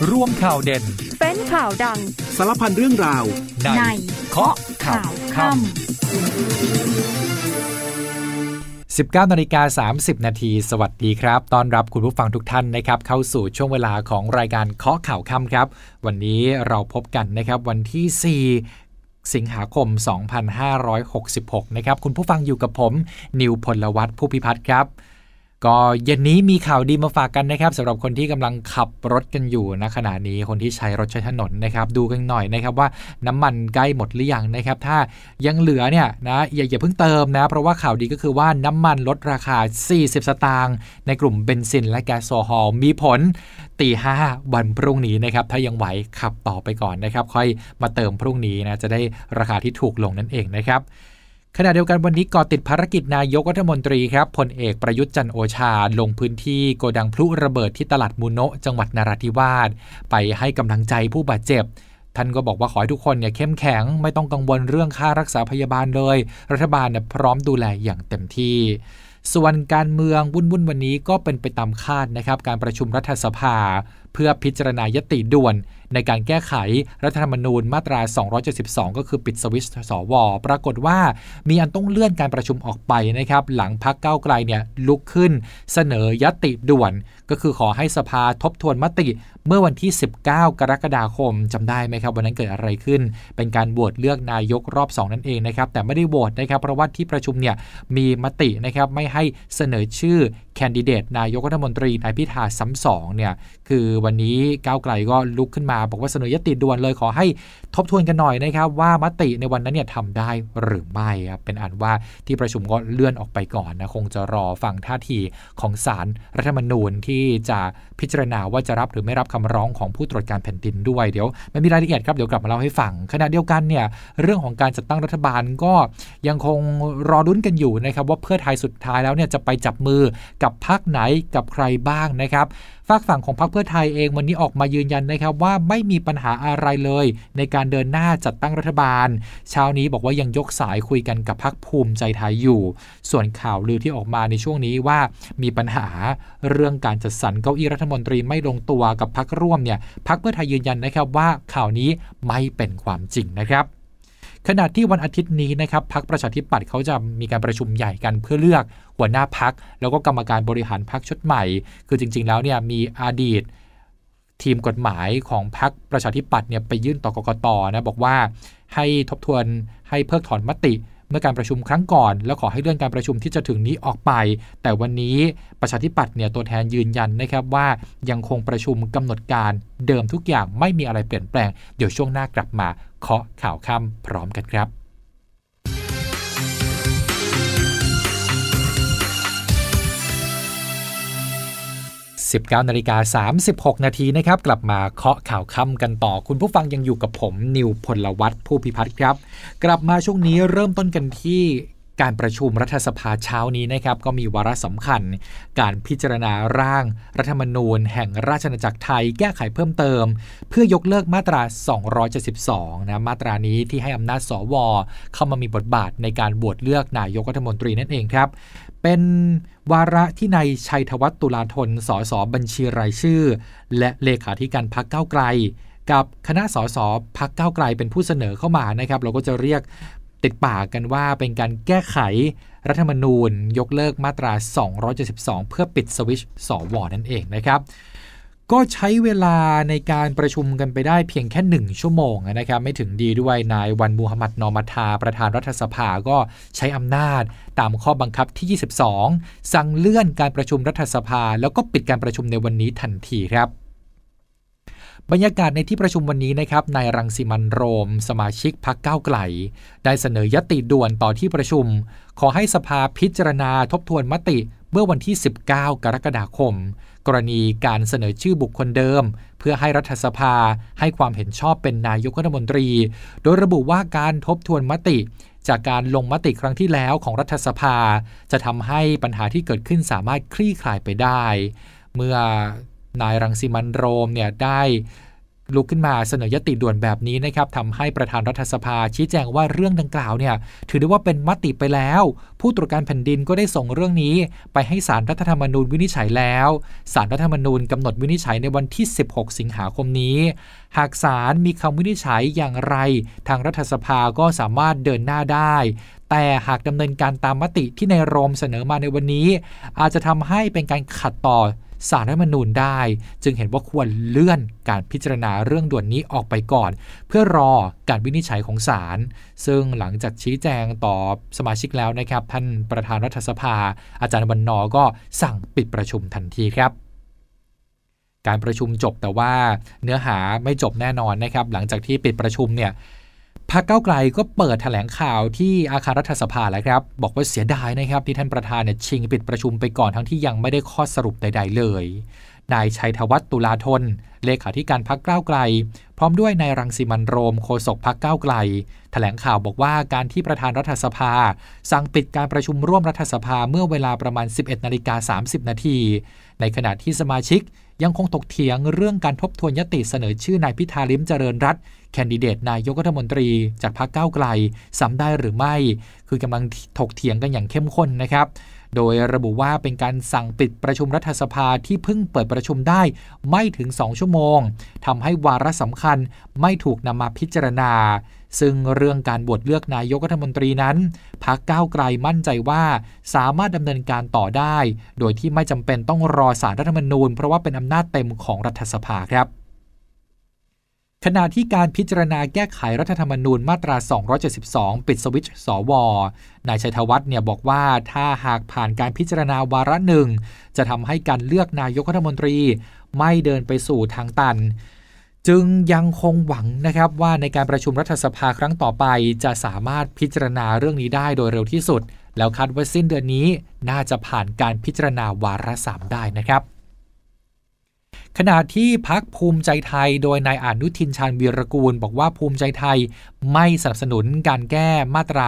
ร่วมข่าวเด่นเป็นข่าวดังสารพันเรื่องราวในเคาะข่าวค่ำ 19:30 นาทีสวัสดีครับต้อนรับคุณผู้ฟังทุกท่านนะครับเข้าสู่ช่วงเวลาของรายการเคาะข่าวค่ำครับวันนี้เราพบกันนะครับวันที่4สิงหาคม2566นะครับคุณผู้ฟังอยู่กับผมนิวพลวัฒน์ผู้พิพัฒน์ครับก็เย็นนี้มีข่าวดีมาฝากกันนะครับสำหรับคนที่กำลังขับรถกันอยู่ณขณะนี้คนที่ใช้รถใช้ถนนนะครับดูกันหน่อยนะครับว่าน้ำมันใกล้หมดหรือยังนะครับถ้ายังเหลือเนี่ยนะอย่าเพิ่งเติมนะเพราะว่าข่าวดีก็คือว่าน้ำมันลดราคา40 สตางค์ในกลุ่มเบนซินและแก๊สโซฮอลมีผลตี 5วันพรุ่งนี้นะครับถ้ายังไหวขับต่อไปก่อนนะครับค่อยมาเติมพรุ่งนี้นะจะได้ราคาที่ถูกลงนั่นเองนะครับขณะเดียวกันวันนี้ก่อติดภารกิจนายกรัฐมนตรีครับพลเอกประยุทธ์จันทร์โอชาลงพื้นที่โกดังพลุระเบิดที่ตลาดมูโนะจังหวัดนราธิวาสไปให้กำลังใจผู้บาดเจ็บท่านก็บอกว่าขอให้ทุกคนเนี่ยเข้มแข็งไม่ต้องกังวลเรื่องค่ารักษาพยาบาลเลยรัฐบาลเนี่ยพร้อมดูแลอย่างเต็มที่ส่วนการเมืองวุ่นวันนี้ก็เป็นไปตามคาดนะครับการประชุมรัฐสภาเพื่อพิจารณายติด่วนในการแก้ไขรัฐธรรมนูญมาตรา272ก็คือปิดสวิตช์สวปรากฏว่ามีอันต้องเลื่อนการประชุมออกไปนะครับหลังพรรคก้าวไกลเนี่ยลุกขึ้นเสนอยติด่วนก็คือขอให้สภาทบทวนมติเมื่อวันที่19กรกฎาคมจำได้ไหมครับวันนั้นเกิดอะไรขึ้นเป็นการโหวตเลือกนายกรอบ2นั่นเองนะครับแต่ไม่ได้โหวตนะครับเพราะว่าที่ประชุมเนี่ยมีมตินะครับไม่ให้เสนอชื่อแคนดิเดตนายกรัฐมนตรีนายพิธาซ้ำสองเนี่ยคือวันนี้ก้าวไกลก็ลุกขึ้นมาบอกว่าเสนอยติด่วนเลยขอให้ทบทวนกันหน่อยนะครับว่ามติในวันนั้นเนี่ยทำได้หรือไม่ครับเป็นอันว่าที่ประชุมก็เลื่อนออกไปก่อนนะคงจะรอฟังท่าทีของศาลรัฐธรรมนูญที่จะพิจารณาว่าจะรับหรือไม่รับคำร้องของผู้ตรวจการแผ่นดินด้วยเดี๋ยวมันมีรายละเอียดครับเดี๋ยวกลับมาเล่าให้ฟังขณะเดียวกันเนี่ยเรื่องของการจัดตั้งรัฐบาลก็ยังคงรอลุ้นกันอยู่นะครับว่าเพื่อไทยสุดท้ายแล้วเนี่ยจะไปจับมือกับพรรคไหนกับใครบ้างนะครับฝากฝั่งของพรรคเพื่อไทยเองวันนี้ออกมายืนยันนะครับว่าไม่มีปัญหาอะไรเลยในการเดินหน้าจัดตั้งรัฐบาลเช้านี้บอกว่ายังยกสายคุยกันกับพรรคภูมิใจไทยอยู่ส่วนข่าวลือที่ออกมาในช่วงนี้ว่ามีปัญหาเรื่องการจัดสรรเก้าอี้รัฐมนตรีไม่ลงตัวกับพรรคร่วมเนี่ยพรรคเพื่อไทยยืนยันนะครับว่าข่าวนี้ไม่เป็นความจริงนะครับขณะที่วันอาทิตย์นี้นะครับพรรคประชาธิปัตย์เขาจะมีการประชุมใหญ่กันเพื่อเลือกหัวหน้าพรรคแล้วก็กรรมการบริหารพรรคชุดใหม่คือจริงๆแล้วเนี่ยมีอดีตทีมกฎหมายของพรรคประชาธิปัตย์เนี่ยไปยื่นต่อกกต.นะบอกว่าให้ทบทวนให้เพิกถอนมติเมื่อการประชุมครั้งก่อนแล้วขอให้เลื่อนการประชุมที่จะถึงนี้ออกไปแต่วันนี้ประชาธิปัตย์เนี่ยตัวแทนยืนยันนะครับว่ายังคงประชุมกำหนดการเดิมทุกอย่างไม่มีอะไรเปลี่ยนแปลงเดี๋ยวช่วงหน้ากลับมาเคาะข่าวค่ำพร้อมกันครับ19:36 นาทีนะครับกลับมาเคาะข่าวค่ำกันต่อคุณผู้ฟังยังอยู่กับผมนิวพลวัฒน์ผู้พิพัฒน์ครับกลับมาช่วงนี้เริ่มต้นกันที่การประชุมรัฐสภาเช้านี้นะครับก็มีวาระสำคัญการพิจารณาร่างรัฐธรรมนูญแห่งราชอาณาจักรไทยแก้ไขเพิ่มเติมเพื่อยกเลิกมาตรา272นะมาตรานี้ที่ให้อำนาจสวเข้ามามีบทบาทในการโหวตเลือกนายกรัฐมนตรีนั่นเองครับเป็นวาระที่นายชัยธวัฒน์ตุลาธนสสบัญชีรายชื่อและเลขาธิการพรรคก้าวไกลกับคณะสสพรรคก้าวไกลเป็นผู้เสนอเข้ามานะครับเราก็จะเรียกติดปากกันว่าเป็นการแก้ไขรัฐธรรมนูญยกเลิกมาตรา272เพื่อปิดสวิตช์สวนั่นเองนะครับก็ใช้เวลาในการประชุมกันไปได้เพียงแค่1ชั่วโมงนะครับไม่ถึงดีด้วยนายวันมูฮัมหมัดนอมัทาประธานรัฐสภาก็ใช้อำนาจตามข้อบังคับที่22สั่งเลื่อนการประชุมรัฐสภาแล้วก็ปิดการประชุมในวันนี้ทันทีครับบรรยากาศในที่ประชุมวันนี้นะครับนายรังสิมันต์โรมสมาชิกพรรคก้าวไกลได้เสนอยติด่วนต่อที่ประชุมขอให้สภาพิจารณาทบทวนมติเมื่อวันที่19กรกฎาคมกรณีการเสนอชื่อบุคคลเดิมเพื่อให้รัฐสภาให้ความเห็นชอบเป็นนายกรัฐมนตรีโดยระบุว่าการทบทวนมติจากการลงมติครั้งที่แล้วของรัฐสภาจะทำให้ปัญหาที่เกิดขึ้นสามารถคลี่คลายไปได้เมื่อนายรังสิมันต์โรมเนี่ยได้ลุกขึ้นมาเสนอยติด่วนแบบนี้นะครับทำให้ประธานรัฐสภาชี้แจงว่าเรื่องดังกล่าวเนี่ยถือได้ว่าเป็นมติไปแล้วผู้ตรวจการแผ่นดินก็ได้ส่งเรื่องนี้ไปให้ศาลรัฐธรรมนูญวินิจฉัยแล้วศาลรัฐธรรมนูญกำหนดวินิจฉัยในวันที่16สิงหาคมนี้หากศาลมีคำวินิจฉัยอย่างไรทางรัฐสภาก็สามารถเดินหน้าได้แต่หากดำเนินการตามมติที่ในโรมเสนอมาในวันนี้อาจจะทำให้เป็นการขัดต่อศาลรัฐธรรมนูญได้จึงเห็นว่าควรเลื่อนการพิจารณาเรื่องด่วนนี้ออกไปก่อนเพื่อรอการวินิจฉัยของศาลซึ่งหลังจากชี้แจงต่อสมาชิกแล้วนะครับท่านประธานรัฐสภาอาจารย์วรรณก็สั่งปิดประชุมทันทีครับการประชุมจบแต่ว่าเนื้อหาไม่จบแน่นอนนะครับหลังจากที่ปิดประชุมเนี่ยพรรคก้าวไกลก็เปิดแถลงข่าวที่อาคารรัฐสภาแล้วครับบอกว่าเสียดายนะครับที่ท่านประธานเนี่ยชิงปิดประชุมไปก่อนทั้งที่ยังไม่ได้ข้อสรุปใดๆเลยนายชัยธวัฒน์ตุลาธนเลขาธิการพรรคก้าวไกลพร้อมด้วยนายรังสิมันต์โรมโฆษกพรรคก้าวไกลแถลงข่าวบอกว่าการที่ประธานรัฐสภาสั่งปิดการประชุมร่วมรัฐสภาเมื่อเวลาประมาณ 11:30 น.ในขณะที่สมาชิกยังคงถกเถียงเรื่องการทบทวนยติเสนอชื่อนายพิธาลิ้มเจริญรัตน์แคนดิเดตนายกรัฐมนตรีจากพรรคก้าวไกลซ้ำได้หรือไม่คือกำลังถกเถียงกันอย่างเข้มข้นนะครับโดยระบุว่าเป็นการสั่งปิดประชุมรัฐสภาที่เพิ่งเปิดประชุมได้ไม่ถึง2ชั่วโมงทำให้วาระสำคัญไม่ถูกนำมาพิจารณาซึ่งเรื่องการโหวตเลือกนายกรัฐมนตรีนั้นพรรคก้าวไกลมั่นใจว่าสามารถดำเนินการต่อได้โดยที่ไม่จำเป็นต้องรอศาลรัฐธรรมนูญเพราะว่าเป็นอำนาจเต็มของรัฐสภาครับขณะที่การพิจารณาแก้ไขรัฐธรรมนูญมาตรา272ปิดสวิตช์สวนายชัยธวัฒน์เนี่ยบอกว่าถ้าหากผ่านการพิจารณาวาระหนึ่งจะทำให้การเลือกนายกรัฐมนตรีไม่เดินไปสู่ทางตันจึงยังคงหวังนะครับว่าในการประชุมรัฐสภาครั้งต่อไปจะสามารถพิจารณาเรื่องนี้ได้โดยเร็วที่สุดแล้วคาดว่าสิ้นเดือนนี้น่าจะผ่านการพิจารณาวาระ3ได้นะครับขณะที่พรรคภูมิใจไทยโดยนายอนุทินชาญวีรกูลบอกว่าภูมิใจไทยไม่สนับสนุนการแก้มาตรา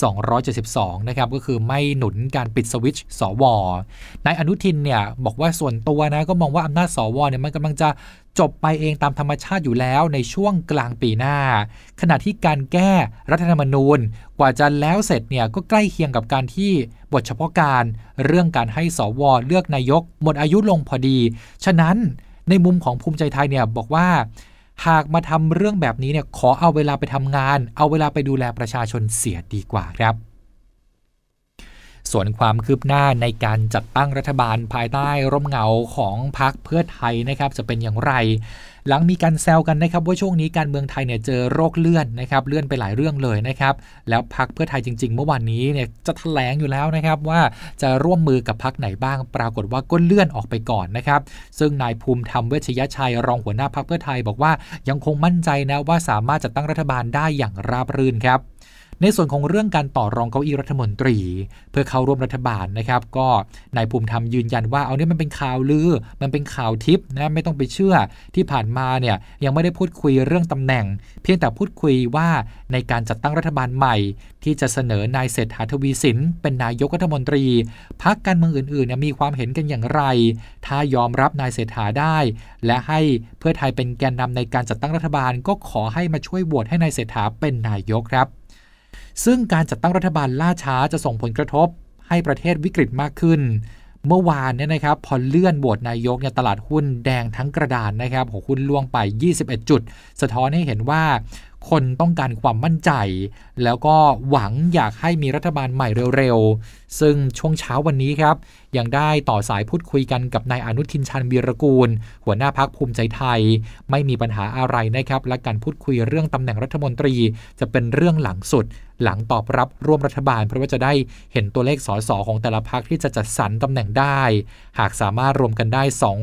272นะครับก็คือไม่หนุนการปิดสวิตช์สวนายอนุทินเนี่ยบอกว่าส่วนตัวนะก็มองว่าอำนาจสวเนี่ยมันกำลังจะจบไปเองตามธรรมชาติอยู่แล้วในช่วงกลางปีหน้าขณะที่การแก้รัฐธรรมนูญกว่าจะแล้วเสร็จเนี่ยก็ใกล้เคียงกับการที่บทเฉพาะการเรื่องการให้สวเลือกนายกหมดอายุลงพอดีฉะนั้นในมุมของภูมิใจไทยเนี่ยบอกว่าหากมาทำเรื่องแบบนี้เนี่ยขอเอาเวลาไปทำงานเอาเวลาไปดูแลประชาชนเสียดีกว่าครับส่วนความคืบหน้าในการจัดตั้งรัฐบาลภายใต้ร่มเงาของพรรคเพื่อไทยนะครับจะเป็นอย่างไรหลังมีการแซวกันนะครับว่าช่วงนี้การเมืองไทยเนี่ยเจอโรคเลื่อนนะครับเลื่อนไปหลายเรื่องเลยนะครับแล้วพรรคเพื่อไทยจริงๆเมื่อวานนี้เนี่ยจะแถลงอยู่แล้วนะครับว่าจะร่วมมือกับพรรคไหนบ้างปรากฏว่าก็เลื่อนออกไปก่อนนะครับซึ่งนายภูมิธรรมเวชยชัยรองหัวหน้าพรรคเพื่อไทยบอกว่ายังคงมั่นใจนะว่าสามารถจัดตั้งรัฐบาลได้อย่างราบรื่นครับในส่วนของเรื่องการต่อรองเก้าอี้รัฐมนตรีเพื่อเข้าร่วมรัฐบาลนะครับก็นายภูมิธรรมยืนยันว่าเอาเนี่ยมันเป็นข่าวลือมันเป็นข่าวทิพย์นะไม่ต้องไปเชื่อที่ผ่านมาเนี่ยยังไม่ได้พูดคุยเรื่องตำแหน่งเพียงแต่พูดคุยว่าในการจัดตั้งรัฐบาลใหม่ที่จะเสนอนายเศรษฐาทวีสินเป็นนายกรัฐมนตรีพรรคการเมืองอื่นๆมีความเห็นกันอย่างไรถ้ายอมรับนายเศรษฐาได้และให้เพื่อไทยเป็นแกนนำในการจัดตั้งรัฐบาลก็ขอให้มาช่วยโหวตให้นายเศรษฐาเป็นนายกครับซึ่งการจัดตั้งรัฐบาลล่าช้าจะส่งผลกระทบให้ประเทศวิกฤตมากขึ้นเมื่อวานเนี่ยนะครับพอเลื่อนโหวตนายกเนี่ยตลาดหุ้นแดงทั้งกระดานนะครับหุ้นล่วงไป21จุดสะท้อนให้เห็นว่าคนต้องการความมั่นใจแล้วก็หวังอยากให้มีรัฐบาลใหม่เร็วๆซึ่งช่วงเช้าวันนี้ครับยังได้ต่อสายพูดคุยกันกับนายอนุทินชาญวีรกูลหัวหน้าพรรคภูมิใจไทยไม่มีปัญหาอะไรนะครับและการพูดคุยเรื่องตำแหน่งรัฐมนตรีจะเป็นเรื่องหลังสุดหลังตอบรับร่วมรัฐบาลเพราะว่าจะได้เห็นตัวเลขสสของแต่ละพรรคที่จะจัดสรรตำแหน่งได้หากสามารถรวมกันได้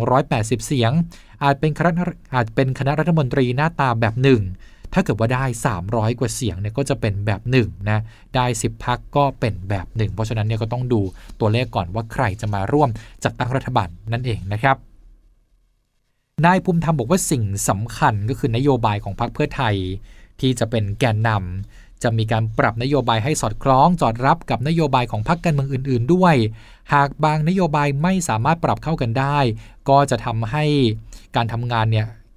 280เสียงอาจเป็นคณะรัฐมนตรีหน้าตาแบบหนึ่งถ้าเกิดว่าได้300กว่าเสียงเนี่ยก็จะเป็นแบบ1นะได้10พรรคก็เป็นแบบ1เพราะฉะนั้นเนี่ยก็ต้องดูตัวเลขก่อนว่าใครจะมาร่วมจัดตั้งรัฐบาลนั่นเองนะครับนายภูมิธรรมบอกว่าสิ่งสำคัญก็คือนโยบายของพรรคเพื่อไทยที่จะเป็นแกนนำจะมีการปรับนโยบายให้สอดคล้องจอดรับกับนโยบายของพรรคการเมืองอื่นๆด้วยหากบางนโยบายไม่สามารถปรับเข้ากันได้ก็จะทำให้การทำงานเนี่ย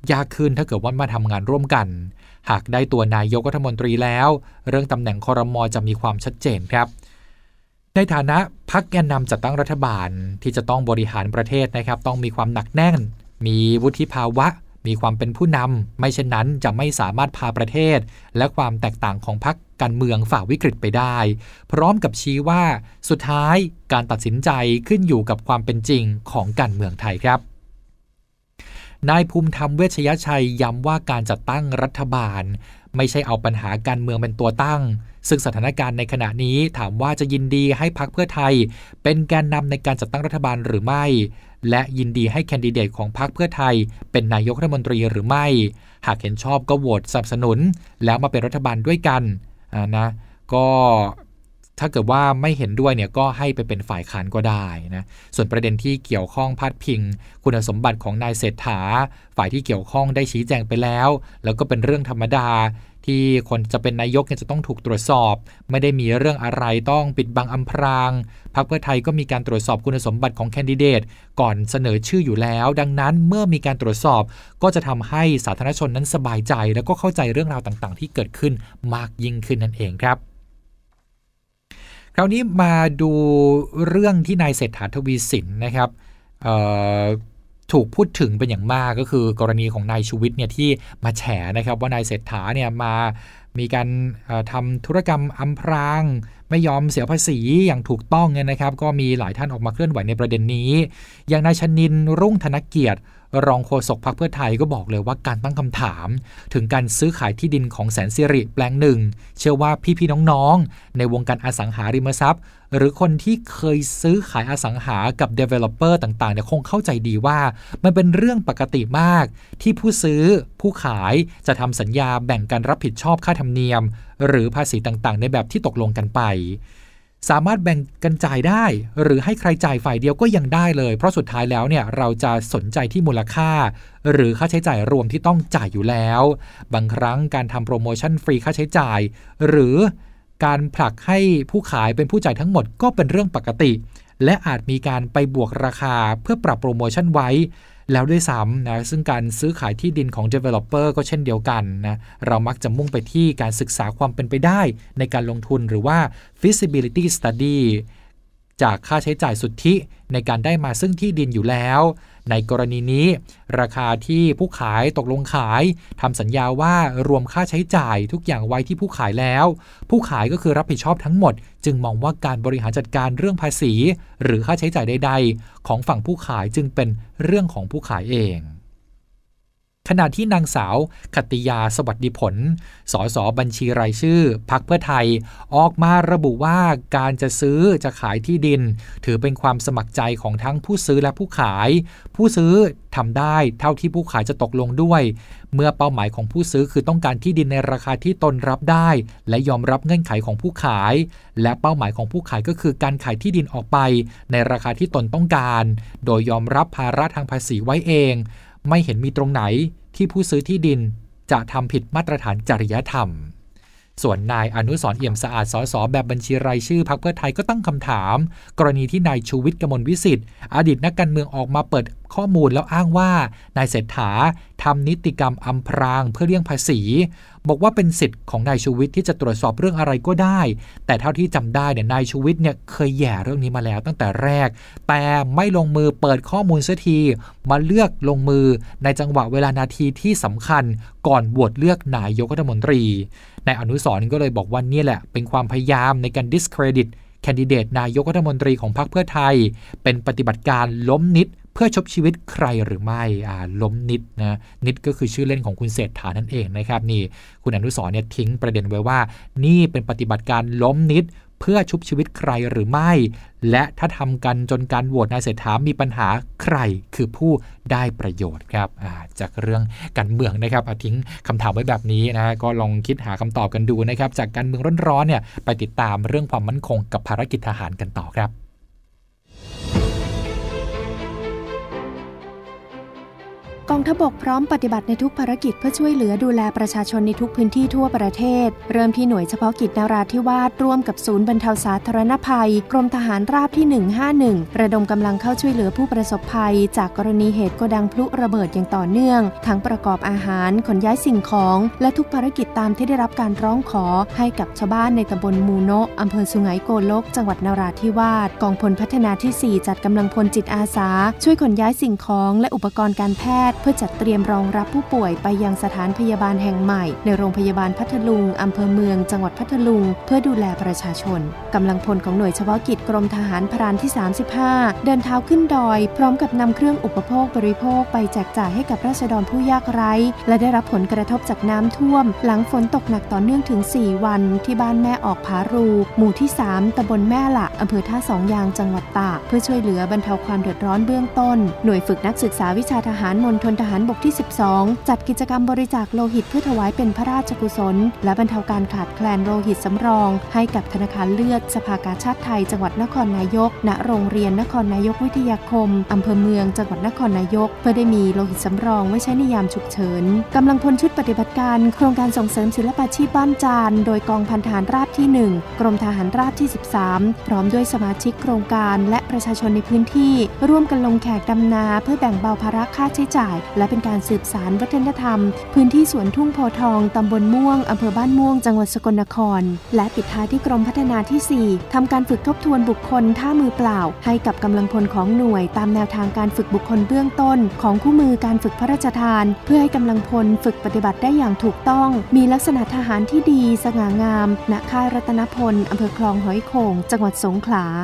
ยากขึ้นถ้าเกิดว่ามาทำงานร่วมกันหากได้ตัวนายกรัฐมนตรีแล้วเรื่องตำแหน่งครม.จะมีความชัดเจนครับในฐานะพรรคแกนนำจัดตั้งรัฐบาลที่จะต้องบริหารประเทศนะครับต้องมีความหนักแน่นมีวุฒิภาวะมีความเป็นผู้นำไม่เช่นนั้นจะไม่สามารถพาประเทศและความแตกต่างของพรรคการเมืองฝ่าวิกฤตไปได้พร้อมกับชี้ว่าสุดท้ายการตัดสินใจขึ้นอยู่กับความเป็นจริงของการเมืองไทยครับนายภูมิธรรมเวชยชัยย้ำว่าการจัดตั้งรัฐบาลไม่ใช่เอาปัญหาการเมืองเป็นตัวตั้งซึ่งสถานการณ์ในขณะนี้ถามว่าจะยินดีให้พรรคเพื่อไทยเป็นแกนนำในการจัดตั้งรัฐบาลหรือไม่และยินดีให้แคนดิเดตของพรรคเพื่อไทยเป็นนายกรัฐมนตรีหรือไม่หากเห็นชอบก็โหวตสนับสนุนแล้วมาเป็นรัฐบาลด้วยกันนะก็ถ้าเกิดว่าไม่เห็นด้วยเนี่ยก็ให้ไปเป็นฝ่ายค้านก็ได้นะส่วนประเด็นที่เกี่ยวข้องพาดพิงคุณสมบัติของนายเศรษฐาฝ่ายที่เกี่ยวข้องได้ชี้แจงไปแล้วแล้วก็เป็นเรื่องธรรมดาที่คนจะเป็นนายกเนี่ยจะต้องถูกตรวจสอบไม่ได้มีเรื่องอะไรต้องปิดบังอำพรางพรรคเพื่อไทยก็มีการตรวจสอบคุณสมบัติของแคนดิเดตก่อนเสนอชื่ออยู่แล้วดังนั้นเมื่อมีการตรวจสอบก็จะทำให้สาธารณชนนั้นสบายใจแล้วก็เข้าใจเรื่องราวต่างๆที่เกิดขึ้นมากยิ่งขึ้นนั่นเองครับคราวนี้มาดูเรื่องที่นายเศรษฐาทวีสินนะครับถูกพูดถึงเป็นอย่างมากก็คือกรณีของนายชูวิทย์เนี่ยที่มาแฉนะครับว่านายเศรษฐาเนี่ยมีการทำธุรกรรมอำพรางไม่ยอมเสียภาษีอย่างถูกต้องเนี่ยนะครับก็มีหลายท่านออกมาเคลื่อนไหวในประเด็นนี้อย่างนายชนินทร์รุ่งธนเกียรติรองโฆษกพรรคเพื่อไทยก็บอกเลยว่าการตั้งคำถามถึงการซื้อขายที่ดินของแสนสิริแปลงหนึ่งเชื่อว่าพี่ๆน้องๆในวงการอสังหาริมทรัพย์หรือคนที่เคยซื้อขายอสังหากับ developer ต่างๆเนี่ยคงเข้าใจดีว่ามันเป็นเรื่องปกติมากที่ผู้ซื้อผู้ขายจะทำสัญญาแบ่งกันรับผิดชอบค่าธรรมเนียมหรือภาษีต่างๆในแบบที่ตกลงกันไปสามารถแบ่งกันจ่ายได้หรือให้ใครจ่ายฝ่ายเดียวก็ยังได้เลยเพราะสุดท้ายแล้วเนี่ยเราจะสนใจที่มูลค่าหรือค่าใช้จ่ายรวมที่ต้องจ่ายอยู่แล้วบางครั้งการทำโปรโมชั่นฟรีค่าใช้จ่ายหรือการผลักให้ผู้ขายเป็นผู้จ่ายทั้งหมดก็เป็นเรื่องปกติและอาจมีการไปบวกราคาเพื่อปรับโปรโมชั่นไว้แล้วด้วยซ้ำนะซึ่งการซื้อขายที่ดินของ developer ก็เช่นเดียวกันนะเรามักจะมุ่งไปที่การศึกษาความเป็นไปได้ในการลงทุนหรือว่า feasibility study จากค่าใช้จ่ายสุทธิในการได้มาซึ่งที่ดินอยู่แล้วในกรณีนี้ราคาที่ผู้ขายตกลงขายทำสัญญาว่ารวมค่าใช้จ่ายทุกอย่างไว้ที่ผู้ขายแล้วผู้ขายก็คือรับผิดชอบทั้งหมดจึงมองว่าการบริหารจัดการเรื่องภาษีหรือค่าใช้จ่ายใดๆของฝั่งผู้ขายจึงเป็นเรื่องของผู้ขายเองขณะที่นางสาวขัตติยาสวัสดิผลสสบัญชีรายชื่อพรรคเพื่อไทยออกมาระบุว่าการจะซื้อจะขายที่ดินถือเป็นความสมัครใจของทั้งผู้ซื้อและผู้ขายผู้ซื้อทำได้เท่าที่ผู้ขายจะตกลงด้วยเมื่อเป้าหมายของผู้ซื้อคือต้องการที่ดินในราคาที่ตนรับได้และยอมรับเงื่อนไขของผู้ขายและเป้าหมายของผู้ขายก็คือการขายที่ดินออกไปในราคาที่ตนต้องการโดยยอมรับภาระทางภาษีไว้เองไม่เห็นมีตรงไหนที่ผู้ซื้อที่ดินจะทำผิดมาตรฐานจริยธรรมส่วนนายอนุสรณ์เอี่ยมสะอาดสสแบบบัญชีรายชื่อพรรคเพื่อไทยก็ตั้งคำถามกรณีที่นายชูวิทย์กมลวิสิทธิ์อดีตนักการเมืองออกมาเปิดข้อมูลแล้วอ้างว่านายเศรษฐาทำนิติกรรมอำพรางเพื่อเลี่ยงภาษีบอกว่าเป็นสิทธิ์ของนายชูวิทย์ที่จะตรวจสอบเรื่องอะไรก็ได้แต่เท่าที่จำได้เนี่ยนายชูวิทย์เนี่ยเคยแย่เรื่องนี้มาแล้วตั้งแต่แรกแต่ไม่ลงมือเปิดข้อมูลเสียทีมาเลือกลงมือในจังหวะเวลานาทีที่สำคัญก่อนโหวตเลือกนายกรัฐมนตรีนายอนุสรณ์ก็เลยบอกว่านี่แหละเป็นความพยายามในการ discredit แคนดิเดตนายกรัฐมนตรีของพรรคเพื่อไทยเป็นปฏิบัติการล้มนิดเพื่อชบชีวิตใครหรือไม่ล้มนิดนะนิดก็คือชื่อเล่นของคุณเศรษฐานั่นเองนะครับนี่คุณอนุสรณ์เนี่ยทิ้งประเด็นไว้ว่านี่เป็นปฏิบัติการล้มนิดเพื่อชุบชีวิตใครหรือไม่และถ้าทำกันจนการโหวตนายเศรษฐามีปัญหาใครคือผู้ได้ประโยชน์ครับจากเรื่องการเมืองนะครับทิ้งคำถามไว้แบบนี้นะก็ลองคิดหาคำตอบกันดูนะครับจากการเมืองร้อนๆเนี่ยไปติดตามเรื่องความมั่นคงกับภารกิจทหารกันต่อครับกองทัพบกพร้อมปฏิบัติในทุกภารกิจเพื่อช่วยเหลือดูแลประชาชนในทุกพื้นที่ทั่วประเทศเริ่มที่หน่วยเฉพาะกิจนราธิวาสร่วมกับศูนย์บรรเทาสาธารณภัยกรมทหารราบที่151ระดมกำลังเข้าช่วยเหลือผู้ประสบภัยจากกรณีเหตุโกดังพลุระเบิดอย่างต่อเนื่องทั้งประกอบอาหารขนย้ายสิ่งของและทุกภารกิจตามที่ได้รับการร้องขอให้กับชาวบ้านในตำบลมูโนะอำเภอสุไหงโกลกจังหวัดนราธิวาสกองพลพัฒนาที่4จัดกำลังพลจิตอาสาช่วยขนย้ายสิ่งของและอุปกรณ์การแพทย์เพื่อจัดเตรียมรองรับผู้ป่วยไปยังสถานพยาบาลแห่งใหม่ในโรงพยาบาลพัทลุงอำเภอเมืองจังหวัดพัทลุงเพื่อดูแลประชาชนกำลังพลของหน่วยเฉพาะกิจกรมทหารพรานที่35เดินเท้าขึ้นดอยพร้อมกับนำเครื่องอุปโภคบริโภคไปแจกจ่ายให้กับราษฎรผู้ยากไร้และได้รับผลกระทบจากน้ำท่วมหลังฝนตกหนักต่อเนื่องถึง4วันที่บ้านแม่ออกผารูหมู่ที่3ตำบลแม่ละอำเภอท่าสองยางจังหวัดตากเพื่อช่วยเหลือบรรเทาความเดือดร้อนเบื้องต้นหน่วยฝึกนักศึกษาวิชาทหารมณฑลทหารบกที่12จัดกิจกรรมบริจาคโลหิตเพื่อถวายเป็นพระราชกุศลและบรรเทาการขาดแคลนโลหิตสำรองให้กับธนาคารเลือดสภากาชาดไทยจังหวัดนครนายกณโรงเรียนนครนายกวิทยาคมอำเภอเมืองจังหวัดนครนายกเพื่อได้มีโลหิตสำรองไว้ใช้ในยามฉุกเฉินกำลังพลชุดปฏิบัติการโครงการส่งเสริมศิลปาชีพบ้านจานโดยกองพันทหารราบที่1กรมทหารราบที่13พร้อมด้วยสมาชิกโครงการและประชาชนในพื้นที่ร่วมกันลงแขกดำนาเพื่อแบ่งเบาภาระค่าใช้จ่ายและเป็นการสืบสานวัฒนธรรมพื้นที่สวนทุ่งโพทองตำบลม่วงอำเภอบ้านม่วงจังหวัดสกลนครและปิดท้ายที่กรมพัฒนาที่4ทำการฝึกทบทวนบุคคลท่ามือเปล่าให้กับกำลังพลของหน่วยตามแนวทางการฝึกบุคคลเบื้องต้นของคู่มือการฝึกพระราชทานเพื่อให้กำลังพลฝึกปฏิบัติได้อย่างถูกต้องมีลักษณะทหารที่ดีสง่างามณค่ายรัตนพลอำเภอคลองหอยโข่งจังหวัดสงขลา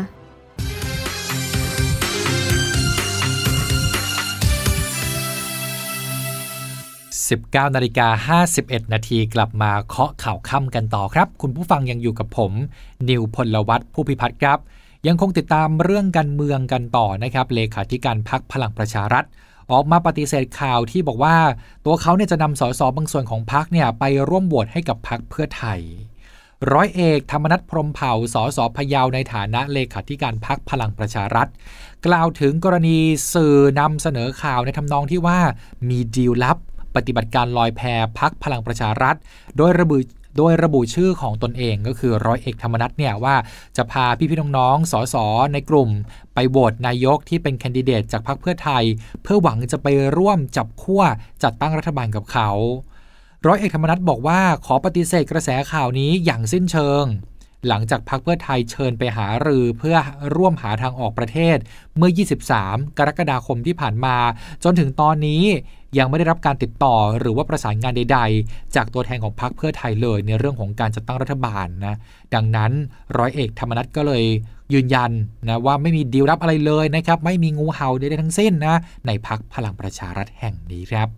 19:51 นาทีกลับมาเคาะข่าวค่ำกันต่อครับคุณผู้ฟังยังอยู่กับผมนิวพลวัฒน์ผู้พิพัฒน์ครับยังคงติดตามเรื่องการเมืองกันต่อนะครับเลขาธิการพรรคพลังประชารัฐออกมาปฏิเสธข่าวที่บอกว่าตัวเขาเนี่ยจะนำสสบางส่วนของพรรคเนี่ยไปร่วมโหวตให้กับพรรคเพื่อไทยร้อยเอกธรรมนัสพรหมเผ่าสสพะเยาในฐานะเลขาธิการพรรคพลังประชารัฐกล่าวถึงกรณีสื่อนำเสนอข่าวในทำนองที่ว่ามีดีลลับปฏิบัติการลอยแพพรรคพลังประชารัฐโดยระบุชื่อของตนเองก็คือร้อยเอกธรรมนัสเนี่ยว่าจะพาพี่ๆน้องๆสสในกลุ่มไปโหวตนายกที่เป็นแคนดิเดตจากพรรคเพื่อไทยเพื่อหวังจะไปร่วมจับขั้วจัดตั้งรัฐบาลกับเขาร้อยเอกธรรมนัสบอกว่าขอปฏิเสธกระแสข่าวนี้อย่างสิ้นเชิงหลังจากพรรคเพื่อไทยเชิญไปหารือเพื่อร่วมหาทางออกประเทศเมื่อ23กรกฎาคมที่ผ่านมาจนถึงตอนนี้ยังไม่ได้รับการติดต่อหรือว่าประสานงานใดๆจากตัวแทนของพรรคเพื่อไทยเลยในเรื่องของการจัดตั้งรัฐบาลนะดังนั้นร้อยเอกธรรมนัสก็เลยยืนยันนะว่าไม่มีดีลลับอะไรเลยนะครับไม่มีงูเห่าใดๆทั้งสิ้นนะในพรรคพลังประชารัฐแห่งนี้ครับ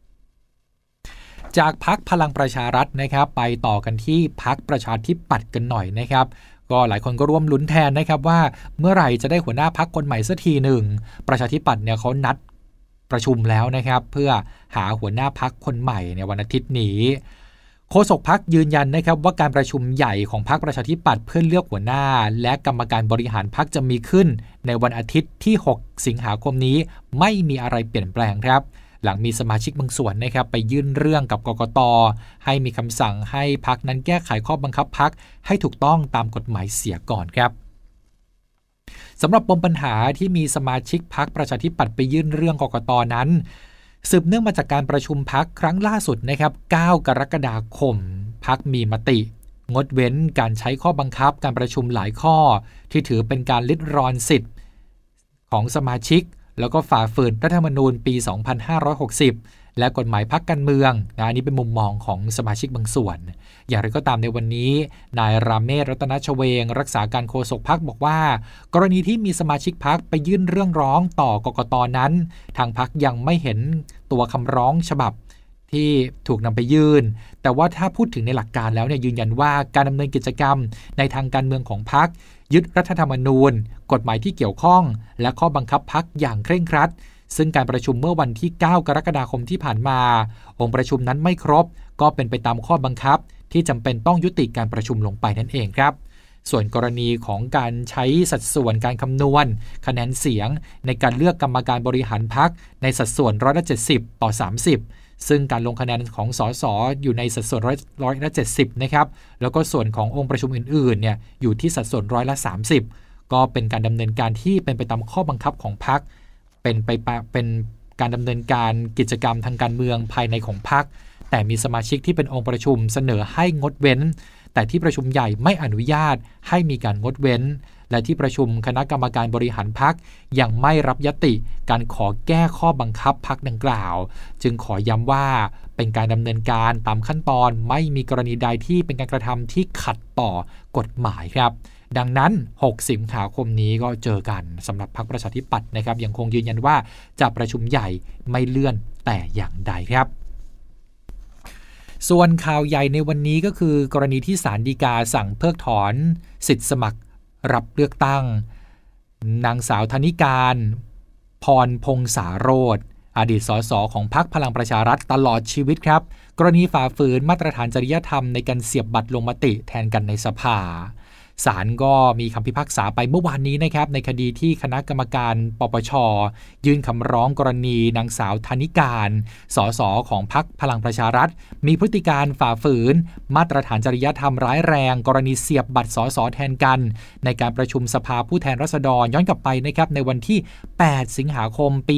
จากพรรคพลังประชารัฐนะครับไปต่อกันที่พรรคประชาธิปัตย์กันหน่อยนะครับก็หลายคนก็ร่วมลุ้นแทนนะครับว่าเมื่อไหร่จะได้หัวหน้าพรรคคนใหม่สักทีหนึ่งประชาธิปัตย์เนี่ยเขานัดประชุมแล้วนะครับเพื่อหาหัวหน้าพรรคคนใหม่ในวันอาทิตย์นี้โฆษกพรรคยืนยันนะครับว่าการประชุมใหญ่ของพรรคประชาธิปัตย์เพื่อเลือกหัวหน้าและกรรมการบริหารพรรคจะมีขึ้นในวันอาทิตย์ที่6สิงหาคมนี้ไม่มีอะไรเปลี่ยนแปลงครับหลังมีสมาชิกบางส่วนนะครับไปยื่นเรื่องกับกกต.ให้มีคำสั่งให้พรรคนั้นแก้ไขข้อบังคับพรรคให้ถูกต้องตามกฎหมายเสียก่อนครับสำหรับปมปัญหาที่มีสมาชิกพรรคประชาธิปัตย์ไปยื่นเรื่องกกต.นั้นสืบเนื่องมาจากการประชุมพรรคครั้งล่าสุดนะครับ9 กรกฎาคมพรรคมีมติงดเว้นการใช้ข้อบังคับการประชุมหลายข้อที่ถือเป็นการลิดรอนสิทธิ์ของสมาชิกแล้วก็ฝ่าฝืนรัฐธรรมนูญปี 2560 และกฎหมายพรรคการเมืองนะอันนี้เป็นมุมมองของสมาชิกบางส่วนอย่างไรก็ตามในวันนี้นายราเมศ รัตนชเวงรักษาการโฆษกพรรคบอกว่ากรณีที่มีสมาชิกพรรคไปยื่นเรื่องร้องต่อกกต.นั้นทางพรรคยังไม่เห็นตัวคำร้องฉบับที่ถูกนำไปยื่นแต่ว่าถ้าพูดถึงในหลักการแล้วเนี่ยยืนยันว่าการดำเนินกิจกรรมในทางการเมืองของพรรคยึดรัฐธรรมนูญกฎหมายที่เกี่ยวข้องและข้อบังคับพรรคอย่างเคร่งครัดซึ่งการประชุมเมื่อวันที่9 กรกฎาคมที่ผ่านมาองค์ประชุมนั้นไม่ครบก็เป็นไปตามข้อบังคับที่จำเป็นต้องยุติการประชุมลงไปนั่นเองครับส่วนกรณีของการใช้สัดส่วนการคำนวณคะแนนเสียงในการเลือกกรรมการบริหารพรรคในสัดส่วน170ต่อ30ซึ่งการลงคะแนนของสสอยู่ในสัดส่วน170นะครับแล้วก็ส่วนขององค์ประชุมอื่นๆเนี่ยอยู่ที่สัดส่วน30ก็เป็นการดำเนินการที่เป็นไปตามข้อบังคับของพรรคเป็นการดำเนินการกิจกรรมทางการเมืองภายในของพรรคแต่มีสมาชิกที่เป็นองค์ประชุมเสนอให้งดเว้นแต่ที่ประชุมใหญ่ไม่อนุญาตให้มีการงดเว้นและที่ประชุมคณะกรรมการบริหารพรรคยังไม่รับญัตติการขอแก้ข้อบังคับพรรคดังกล่าวจึงขอย้ำว่าเป็นการดำเนินการตามขั้นตอนไม่มีกรณีใดที่เป็นการกระทำที่ขัดต่อกฎหมายครับดังนั้น6สิงหาคมนี้ก็เจอกันสำหรับพรรคประชาธิปัตย์นะครับยังคงยืนยันว่าจะประชุมใหญ่ไม่เลื่อนแต่อย่างใดครับส่วนข่าวใหญ่ในวันนี้ก็คือกรณีที่ศาลฎีกาสั่งเพิกถอนสิทธิสมัครรับเลือกตั้งนางสาวธนิการพรพงษาโรจน์อดีตสสของพรรคพลังประชารัฐตลอดชีวิตครับกรณีฝ่าฝืนมาตรฐานจริยธรรมในการเสียบบัตรลงมติแทนกันในสภาศาลก็มีคำพิพากษาไปเมื่อวานนี้นะครับในคดีที่คณะกรรมการปปช.ยื่นคำร้องกรณีนางสาวธนิการสสของพรรคพลังประชารัฐมีพฤติการฝ่าฝืนมาตรฐานจริยธรรมร้ายแรงกรณีเสียบบัตรสสแทนกันในการประชุมสภาผู้แทนราษฎรย้อนกลับไปนะครับในวันที่8สิงหาคมปี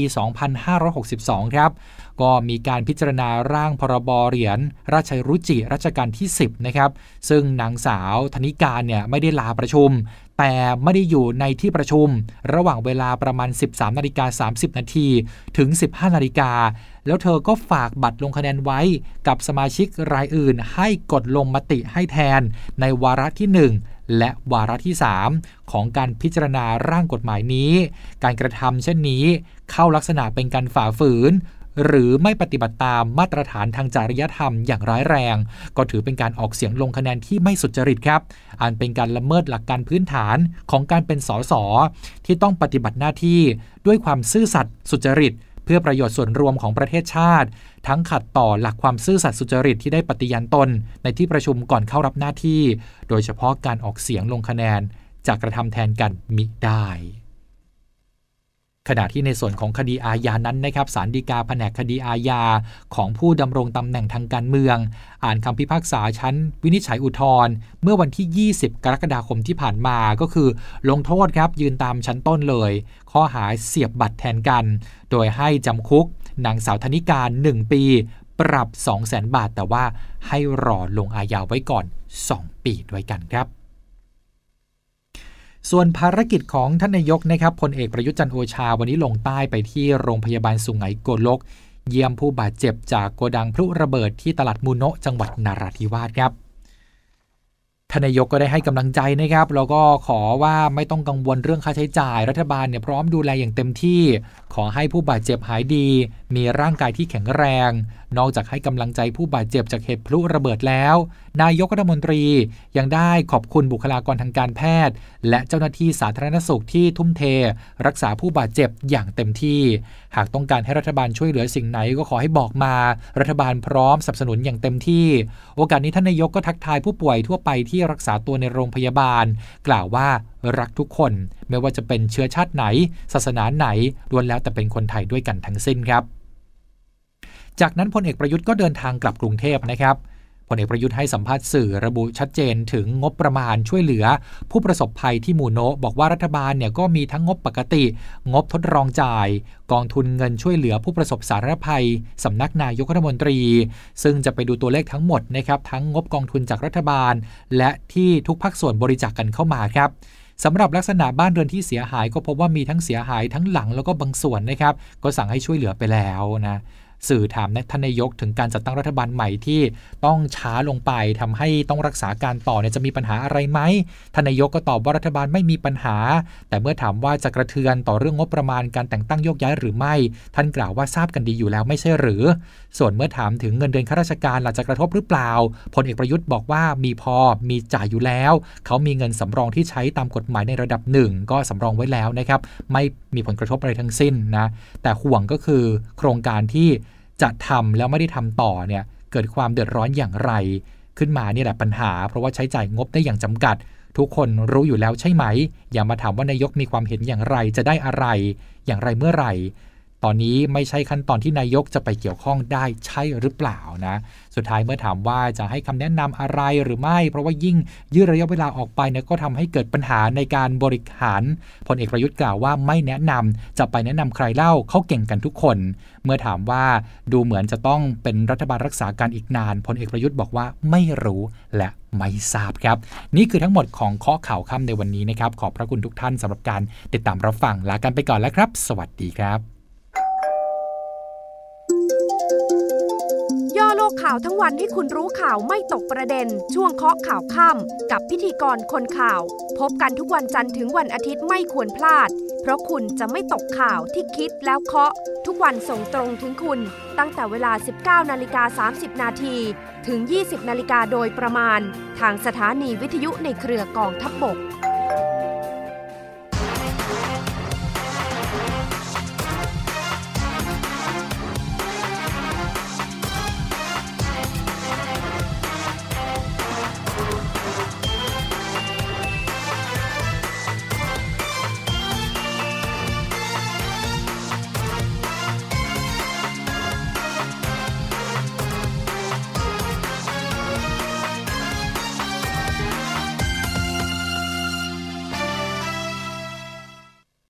2562ครับก็มีการพิจารณาร่างพรบเหรียญราชรุจิรัชกาลที่10นะครับซึ่งนางสาวธนิการเนี่ยไม่ได้ลาประชุมแต่ไม่ได้อยู่ในที่ประชุมระหว่างเวลาประมาณ 13:30 นาทีถึง 15 นาฬิกาแล้วเธอก็ฝากบัตรลงคะแนนไว้กับสมาชิกรายอื่นให้กดลงมติให้แทนในวาระที่1และวาระที่3ของการพิจารณาร่างกฎหมายนี้การกระทำเช่นนี้เข้าลักษณะเป็นการฝ่าฝืนหรือไม่ปฏิบัติตามมาตรฐานทางจริยธรรมอย่างร้ายแรงก็ถือเป็นการออกเสียงลงคะแนนที่ไม่สุจริตครับอันเป็นการละเมิดหลักการพื้นฐานของการเป็นสสที่ต้องปฏิบัติหน้าที่ด้วยความซื่อสัตย์สุจริตเพื่อประโยชน์ส่วนรวมของประเทศชาติทั้งขัดต่อหลักความซื่อสัตย์สุจริตที่ได้ปฏิญาณตนในที่ประชุมก่อนเข้ารับหน้าที่โดยเฉพาะการออกเสียงลงคะแนนจากกระทำแทนกันมิได้ขณะที่ในส่วนของคดีอาญานั้นนะครับศาลฎีกาแผนกคดีอาญาของผู้ดำรงตำแหน่งทางการเมืองอ่านคำพิพากษาชั้นวินิจฉัยอุทธรณ์เมื่อวันที่20กรกฎาคมที่ผ่านมาก็คือลงโทษครับยืนตามชั้นต้นเลยข้อหาเสียบบัตรแทนกันโดยให้จำคุกนางสาวธนิการ1ปีปรับ 200,000 บาทแต่ว่าให้รอลงอาญาไว้ก่อน2ปีด้วยกันครับส่วนภารกิจของท่านนายกนะครับพลเอกประยุทธ์จันทร์โอชาวันนี้ลงใต้ไปที่โรงพยาบาลสุไหงโกลกเยี่ยมผู้บาดเจ็บจากโกดังพลุระเบิดที่ตลาดมูโนะจังหวัดนราธิวาสครับท่านนายกก็ได้ให้กำลังใจนะครับแล้วก็ขอว่าไม่ต้องกังวลเรื่องค่าใช้จ่ายรัฐบาลเนี่ยพร้อมดูแลอย่างเต็มที่ขอให้ผู้บาดเจ็บหายดีมีร่างกายที่แข็งแรงนอกจากให้กำลังใจผู้บาดเจ็บจากเหตุพลุระเบิดแล้วนายกรัฐมนตรียังได้ขอบคุณบุคลากรทางการแพทย์และเจ้าหน้าที่สาธารณสุขที่ทุ่มเทรักษาผู้บาดเจ็บอย่างเต็มที่หากต้องการให้รัฐบาลช่วยเหลือสิ่งไหนก็ขอให้บอกมารัฐบาลพร้อมสนับสนุนอย่างเต็มที่โอกาสนี้ท่านนายกก็ทักทายผู้ป่วยทั่วไปที่รักษาตัวในโรงพยาบาลกล่าวว่ารักทุกคนไม่ว่าจะเป็นเชื้อชาติไหนศาสนาไหนล้วนแล้วแต่เป็นคนไทยด้วยกันทั้งสิ้นครับจากนั้นพลเอกประยุทธ์ก็เดินทางกลับกรุงเทพนะครับพลเอกประยุทธ์ให้สัมภาษณ์สื่อระบุชัดเจนถึงงบประมาณช่วยเหลือผู้ประสบภัยที่มูโนะบอกว่ารัฐบาลเนี่ยก็มีทั้งงบปกติงบทดลองจ่ายกองทุนเงินช่วยเหลือผู้ประสบสาธารณภัยสำนักนายกรัฐมนตรีซึ่งจะไปดูตัวเลขทั้งหมดนะครับทั้งงบกองทุนจากรัฐบาลและที่ทุกภาคส่วนบริจาค กันเข้ามาครับสำหรับลักษณะบ้านเรือนที่เสียหายก็พบว่ามีทั้งเสียหายทั้งหลังแล้วก็บางส่วนนะครับก็สั่งให้ช่วยเหลือไปแล้วนะสื่อถามท่านนายกถึงการจัดตั้งรัฐบาลใหม่ที่ต้องช้าลงไปทำให้ต้องรักษาการต่อเนี่ยจะมีปัญหาอะไรไหมท่านนายกก็ตอบว่ารัฐบาลไม่มีปัญหาแต่เมื่อถามว่าจะกระเทือนต่อเรื่องงบประมาณการแต่งตั้งโยกย้ายหรือไม่ท่านกล่าวว่าทราบกันดีอยู่แล้วไม่ใช่หรือส่วนเมื่อถามถึงเงินเดือนข้าราชการจะกระทบหรือเปล่าพลเอกประยุทธ์บอกว่ามีพอมีจ่ายอยู่แล้วเขามีเงินสำรองที่ใช้ตามกฎหมายในระดับหนึ่งก็สำรองไว้แล้วนะครับไม่มีผลกระทบอะไรทั้งสิ้นนะแต่ห่วงก็คือโครงการที่จะทำแล้วไม่ได้ทำต่อเนี่ยเกิดความเดือดร้อนอย่างไรขึ้นมานี่แหละปัญหาเพราะว่าใช้จ่ายงบได้อย่างจำกัดทุกคนรู้อยู่แล้วใช่ไหมอย่ามาถามว่านายกมีความเห็นอย่างไรจะได้อะไรอย่างไรเมื่อไหร่ตอนนี้ไม่ใช่ขั้นตอนที่นายกจะไปเกี่ยวข้องได้ใช่หรือเปล่านะสุดท้ายเมื่อถามว่าจะให้คำแนะนำอะไรหรือไม่เพราะว่ายิ่งยืดระยะเวลาออกไปเนี่ยก็ทำให้เกิดปัญหาในการบริหารพลเอกประยุทธ์กล่าวว่าไม่แนะนำจะไปแนะนำใครเล่าเขาเก่งกันทุกคนเมื่อถามว่าดูเหมือนจะต้องเป็นรัฐบาลรักษาการอีกนานพลเอกประยุทธ์บอกว่าไม่รู้และไม่ทราบครับนี่คือทั้งหมดของข้อข่าวค่ำในวันนี้นะครับขอบพระคุณทุกท่านสำหรับการติดตามรับฟังลากันไปก่อนแล้วครับสวัสดีครับย่อโลกข่าวทั้งวันให้คุณรู้ข่าวไม่ตกประเด็นช่วงเคาะข่าวค่ำกับพิธีกรคนข่าวพบกันทุกวันจันทร์ถึงวันอาทิตย์ไม่ควรพลาดเพราะคุณจะไม่ตกข่าวที่คิดแล้วเคาะทุกวันส่งตรงถึงคุณตั้งแต่เวลา 19:30 นาทีถึง 20 นาฬิกาโดยประมาณทางสถานีวิทยุในเครือกองทัพบก